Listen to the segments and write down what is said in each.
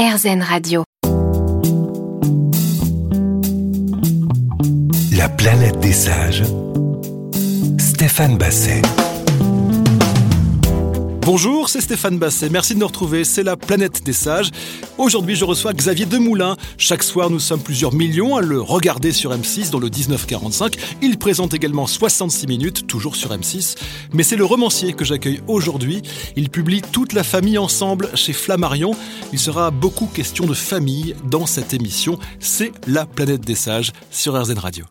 RZN Radio. La planète des sages, Stéphane Basset. Bonjour, c'est Stéphane Basset. Merci de nous retrouver. C'est la planète des sages. Aujourd'hui, je reçois Xavier Demoulin. Chaque soir, nous sommes plusieurs millions à le regarder sur M6 dans le 1945. Il présente également 66 minutes, toujours sur M6. Mais c'est le romancier que j'accueille aujourd'hui. Il publie Toute la famille ensemble chez Flammarion. Il sera beaucoup question de famille dans cette émission. C'est la planète des sages sur RZN Radio.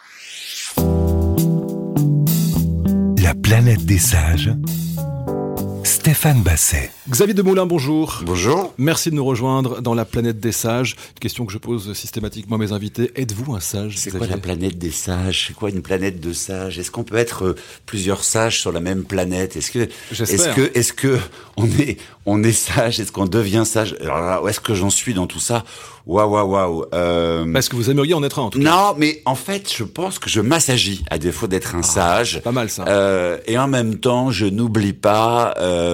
La planète des sages, Stéphane Basset. Xavier Demoulin, bonjour. Bonjour. Merci de nous rejoindre dans la planète des sages. Une question que je pose systématiquement à mes invités. Êtes-vous un sage, C'est Xavier ? quoi la planète des sages ? C'est quoi une planète de sages ? Est-ce qu'on peut être plusieurs sages sur la même planète ? J'espère. Est-ce que on est sage ? Est-ce qu'on devient sage ? Alors là, où est-ce que j'en suis dans tout ça ? Waouh. Est-ce que vous aimeriez en être un, en tout cas ? Non, mais en fait, je pense que je m'assagis à défaut d'être un sage. Pas mal, ça. Et en même temps, je n'oublie pas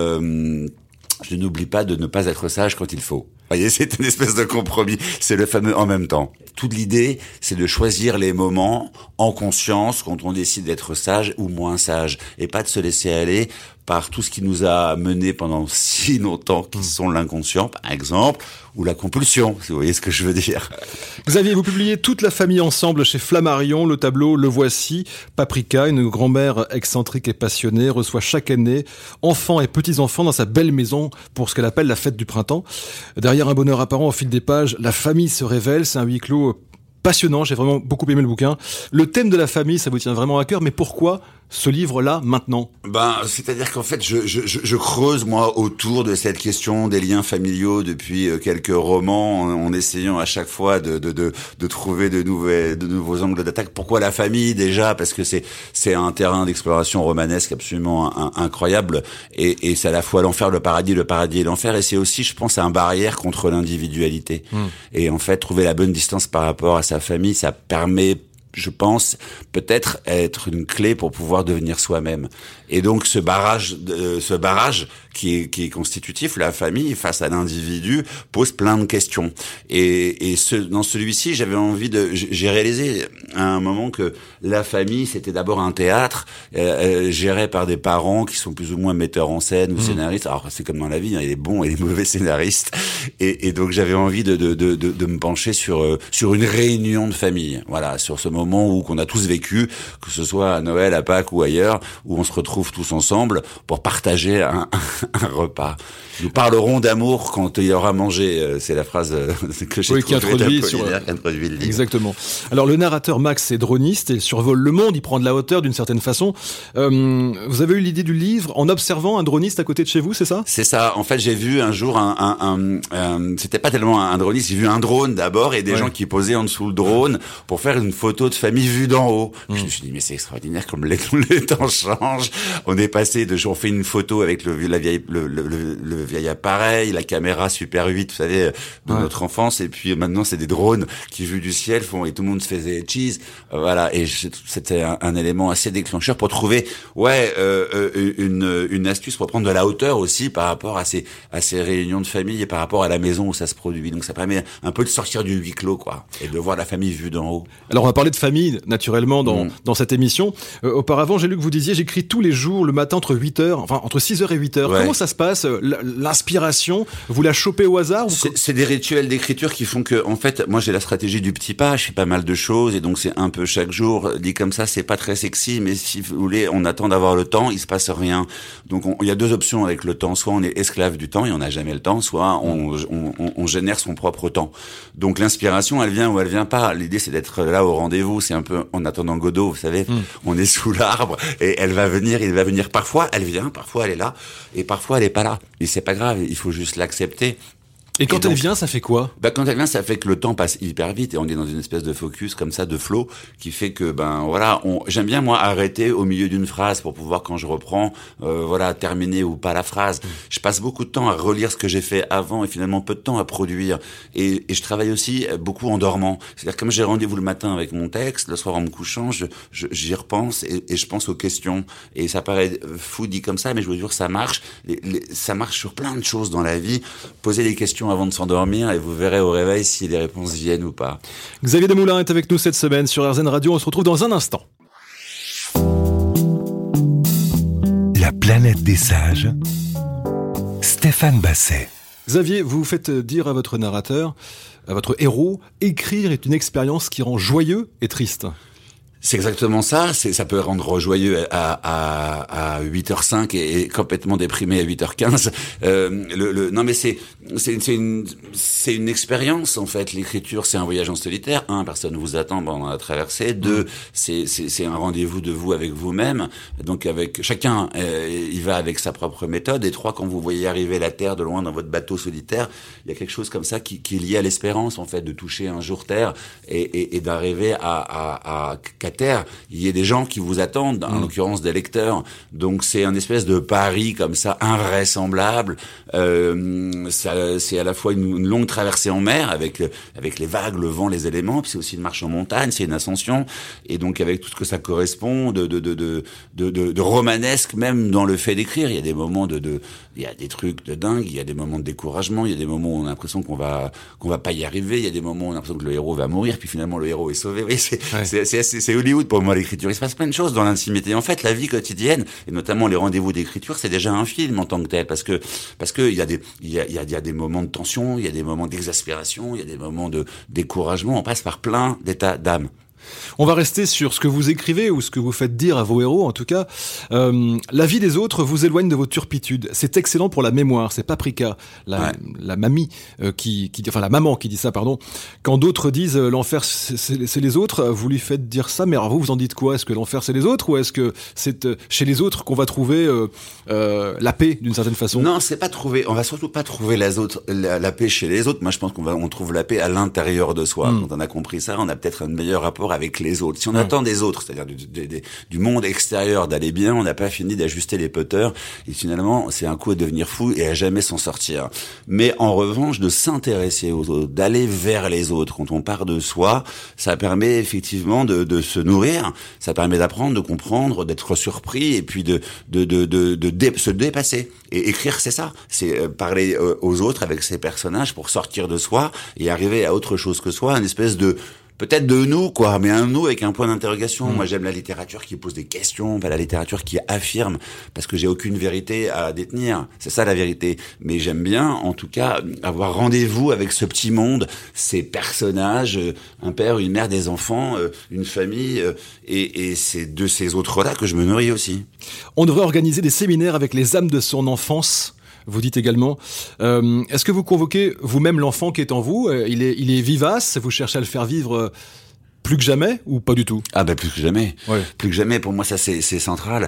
de ne pas être sage quand il faut. Vous voyez, c'est une espèce de compromis. C'est le fameux en même temps. Toute l'idée, c'est de choisir les moments en conscience quand on décide d'être sage ou moins sage. Et pas de se laisser aller par tout ce qui nous a menés pendant si longtemps, qui sont l'inconscient, par exemple, ou la compulsion, si vous voyez ce que je veux dire. Xavier, vous publiez Toute la famille ensemble chez Flammarion. Le tableau, le voici. Paprika, une grand-mère excentrique et passionnée, reçoit chaque année enfants et petits-enfants dans sa belle maison pour ce qu'elle appelle la fête du printemps. Derrière un bonheur apparent au fil des pages, la famille se révèle. C'est un huis clos passionnant. J'ai vraiment beaucoup aimé le bouquin. Le thème de la famille, ça vous tient vraiment à cœur. Mais pourquoi ce livre-là, maintenant ? C'est-à-dire qu'en fait, je creuse, moi, autour de cette question des liens familiaux depuis quelques romans, en essayant à chaque fois de trouver de nouveaux angles d'attaque. Pourquoi la famille, déjà ? Parce que c'est un terrain d'exploration romanesque absolument incroyable, et c'est à la fois l'enfer, le paradis et l'enfer, et c'est aussi, je pense, un barrière contre l'individualité. Et en fait, trouver la bonne distance par rapport à sa famille, ça permet, je pense, peut-être être une clé pour pouvoir devenir soi-même. Et donc ce barrage qui est constitutif, la famille face à l'individu, pose plein de questions. Et dans celui-ci, j'ai réalisé à un moment que la famille, c'était d'abord un théâtre géré par des parents qui sont plus ou moins metteurs en scène ou scénaristes. Alors c'est comme dans la vie, il y a des bons et des mauvais scénaristes. Et donc j'avais envie de me pencher sur une réunion de famille. Voilà, sur ce moment qu'on a tous vécu, que ce soit à Noël, à Pâques ou ailleurs, où on se retrouve tous ensemble pour partager un repas. Nous parlerons d'amour quand il y aura mangé. C'est la phrase que j'ai trouvée d'Apollinaire, qui introduit le livre. Exactement. Alors le narrateur Max est droniste et survole le monde, il prend de la hauteur d'une certaine façon. Vous avez eu l'idée du livre en observant un droniste à côté de chez vous, c'est ça ? C'est ça. En fait, j'ai vu un jour c'était pas tellement un droniste, j'ai vu un drone d'abord et des gens qui posaient en dessous le drone pour faire une photo de famille vue d'en haut. Je me suis dit, mais c'est extraordinaire comme les temps changent. On est passé on fait une photo avec le vieil appareil, la caméra Super 8, vous savez, de notre enfance, et puis maintenant c'est des drones qui, vus du ciel, et tout le monde se faisait cheese. Voilà, et c'était un élément assez déclencheur pour trouver une astuce pour prendre de la hauteur aussi par rapport à ces réunions de famille et par rapport à la maison où ça se produit. Donc ça permet un peu de sortir du huis clos, quoi, et de voir la famille vue d'en haut. Alors on va parler de famille naturellement dans cette émission. Auparavant, j'ai lu que vous disiez j'écris tous les jours le matin entre 8h, enfin entre 6h et 8h. Ouais. Comment ça se passe ? L'inspiration, vous la chopez au hasard ? C'est des rituels d'écriture qui font que, en fait, moi j'ai la stratégie du petit pas, je fais pas mal de choses et donc c'est un peu chaque jour. Dit comme ça, c'est pas très sexy, mais si vous voulez, on attend d'avoir le temps, il se passe rien. Donc il y a deux options avec le temps. Soit on est esclave du temps et on n'a jamais le temps, soit on génère son propre temps. Donc l'inspiration, elle vient ou elle vient pas. L'idée c'est d'être là au rendez-vous. C'est un peu en attendant Godot, vous savez. On est sous l'arbre et il va venir. Parfois elle vient, parfois elle est là et parfois elle est pas là. Et c'est pas grave, il faut juste l'accepter. Et quand elle vient, ça fait quoi ? Quand elle vient, ça fait que le temps passe hyper vite et on est dans une espèce de focus comme ça, de flow, qui fait que j'aime bien moi arrêter au milieu d'une phrase pour pouvoir, quand je reprends, terminer ou pas la phrase. Je passe beaucoup de temps à relire ce que j'ai fait avant et finalement peu de temps à produire. Et je travaille aussi beaucoup en dormant. C'est-à-dire comme j'ai rendez-vous le matin avec mon texte, le soir en me couchant, j'y repense et je pense aux questions. Et ça paraît fou dit comme ça, mais je vous jure ça marche. Ça marche sur plein de choses dans la vie. Poser des questions questions avant de s'endormir et vous verrez au réveil si les réponses viennent ou pas. Xavier Desmoulins est avec nous cette semaine sur RZN Radio. On se retrouve dans un instant. La planète des sages. Stéphane Basset. Xavier, vous faites dire à votre narrateur, à votre héros, écrire est une expérience qui rend joyeux et triste. C'est exactement ça. Ça peut rendre joyeux à 8h05 et complètement déprimé à 8h15. Non, mais c'est une expérience, en fait. L'écriture, c'est un voyage en solitaire. Personne ne vous attend pendant la traversée. Deux, c'est un rendez-vous de vous avec vous-même. Donc, avec chacun, il va avec sa propre méthode. Et trois, quand vous voyez arriver la Terre de loin dans votre bateau solitaire, il y a quelque chose comme ça qui est lié à l'espérance, en fait, de toucher un jour Terre et d'arriver qu'à Terre, il y a des gens qui vous attendent, en l'occurrence des lecteurs. Donc c'est un espèce de pari comme ça, invraisemblable. C'est à la fois une longue traversée en mer avec les vagues, le vent, les éléments, puis c'est aussi une marche en montagne, c'est une ascension, et donc avec tout ce que ça correspond de romanesque même dans le fait d'écrire. Il y a des moments il y a des trucs de dingue, il y a des moments de découragement, il y a des moments où on a l'impression qu'on va pas y arriver, il y a des moments où on a l'impression que le héros va mourir, puis finalement le héros est sauvé. Oui, c'est Hollywood pour moi, l'écriture. Il se passe plein de choses dans l'intimité. En fait, la vie quotidienne, et notamment les rendez-vous d'écriture, c'est déjà un film en tant que tel, parce que il y a des moments de tension, il y a des moments d'exaspération, il y a des moments de découragement. On passe par plein d'états d'âme. On va rester sur ce que vous écrivez ou ce que vous faites dire à vos héros, en tout cas. La vie des autres vous éloigne de vos turpitudes. C'est excellent pour la mémoire. C'est Paprika, la mamie la maman qui dit ça, pardon. Quand d'autres disent l'enfer c'est les autres, vous lui faites dire ça. Mais alors vous en dites quoi? Est-ce que l'enfer c'est les autres ou est-ce que c'est chez les autres qu'on va trouver la paix d'une certaine façon? Non, c'est pas trouver. On va surtout pas trouver la paix chez les autres. Moi, je pense on trouve la paix à l'intérieur de soi. Quand on a compris ça, on a peut-être un meilleur rapport avec les autres. Si on attend des autres, c'est-à-dire du monde extérieur d'aller bien, on n'a pas fini d'ajuster les poteurs et finalement c'est un coup à devenir fou et à jamais s'en sortir. Mais en revanche, de s'intéresser aux autres, d'aller vers les autres quand on part de soi, ça permet effectivement de se nourrir, ça permet d'apprendre, de comprendre, d'être surpris et puis de se dépasser. Et écrire, c'est ça, c'est parler aux autres avec ses personnages pour sortir de soi et arriver à autre chose que soi, une espèce de peut-être de nous, quoi, mais un nous avec un point d'interrogation. Moi, j'aime la littérature qui pose des questions, pas la littérature qui affirme, parce que j'ai aucune vérité à détenir. C'est ça la vérité. Mais j'aime bien, en tout cas, avoir rendez-vous avec ce petit monde, ces personnages, un père, une mère, des enfants, une famille, et c'est de ces autres-là que je me nourris aussi. On devrait organiser des séminaires avec les âmes de son enfance. Vous dites également, est-ce que vous convoquez vous-même l'enfant qui est en vous? Il est vivace, vous cherchez à le faire vivre plus que jamais ou pas du tout? Ah plus que jamais. Ouais. Plus que jamais, pour moi ça c'est central.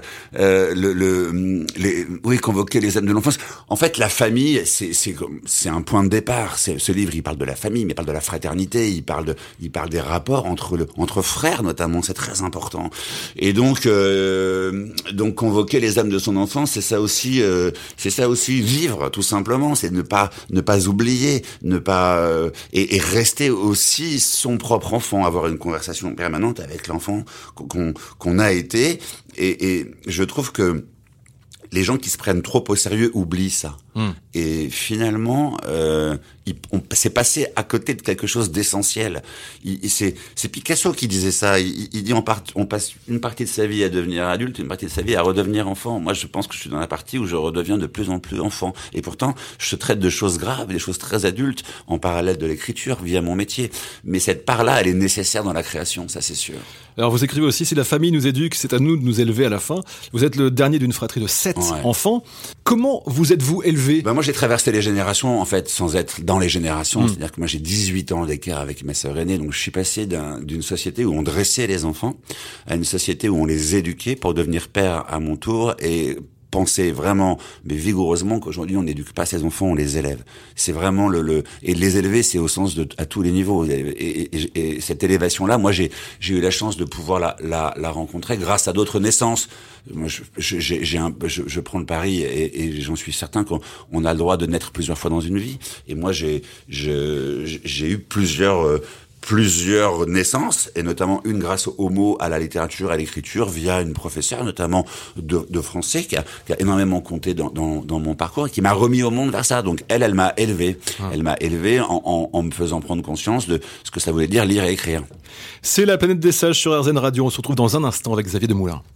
Convoquer les âmes de l'enfance. En fait, la famille c'est un point de départ. Ce livre, il parle de la famille, mais il parle de la fraternité, il parle des rapports entre frères notamment, c'est très important. Et donc convoquer les âmes de son enfance, c'est ça aussi vivre tout simplement, c'est ne pas oublier, et rester aussi son propre enfant, avoir une conversation permanente avec l'enfant qu'on a été, et je trouve que les gens qui se prennent trop au sérieux oublient ça. Et finalement, c'est passé à côté de quelque chose d'essentiel. C'est Picasso qui disait ça. Il dit on passe une partie de sa vie à devenir adulte, une partie de sa vie à redevenir enfant. Moi, je pense que je suis dans la partie où je redeviens de plus en plus enfant. Et pourtant, je traite de choses graves, des choses très adultes, en parallèle de l'écriture, via mon métier. Mais cette part-là, elle est nécessaire dans la création, ça c'est sûr. Alors vous écrivez aussi, si la famille nous éduque, c'est à nous de nous élever à la fin. Vous êtes le dernier d'une fratrie de 7 enfants. Comment vous êtes-vous élevé? Moi, j'ai traversé les générations, en fait, sans être dans les générations. C'est-à-dire que moi, j'ai 18 ans d'écart avec ma sœur aînée. Donc, je suis passé d'une société où on dressait les enfants à une société où on les éduquait pour devenir père à mon tour, et penser vraiment, mais vigoureusement, qu'aujourd'hui on n'éduque pas ses enfants, on les élève. C'est vraiment et de les élever, c'est au sens à tous les niveaux. Et cette élévation-là, moi j'ai eu la chance de pouvoir la rencontrer grâce à d'autres naissances. Moi, je prends le pari et j'en suis certain qu'on a le droit de naître plusieurs fois dans une vie. Et moi j'ai eu plusieurs plusieurs naissances, et notamment une grâce aux mots, à la littérature, à l'écriture, via une professeure, notamment de français, qui a énormément compté dans mon parcours, et qui m'a remis au monde vers ça. Donc elle m'a élevé. Elle m'a élevé en me faisant prendre conscience de ce que ça voulait dire lire et écrire. C'est la planète des sages sur RZN Radio. On se retrouve dans un instant avec Xavier Demoulin.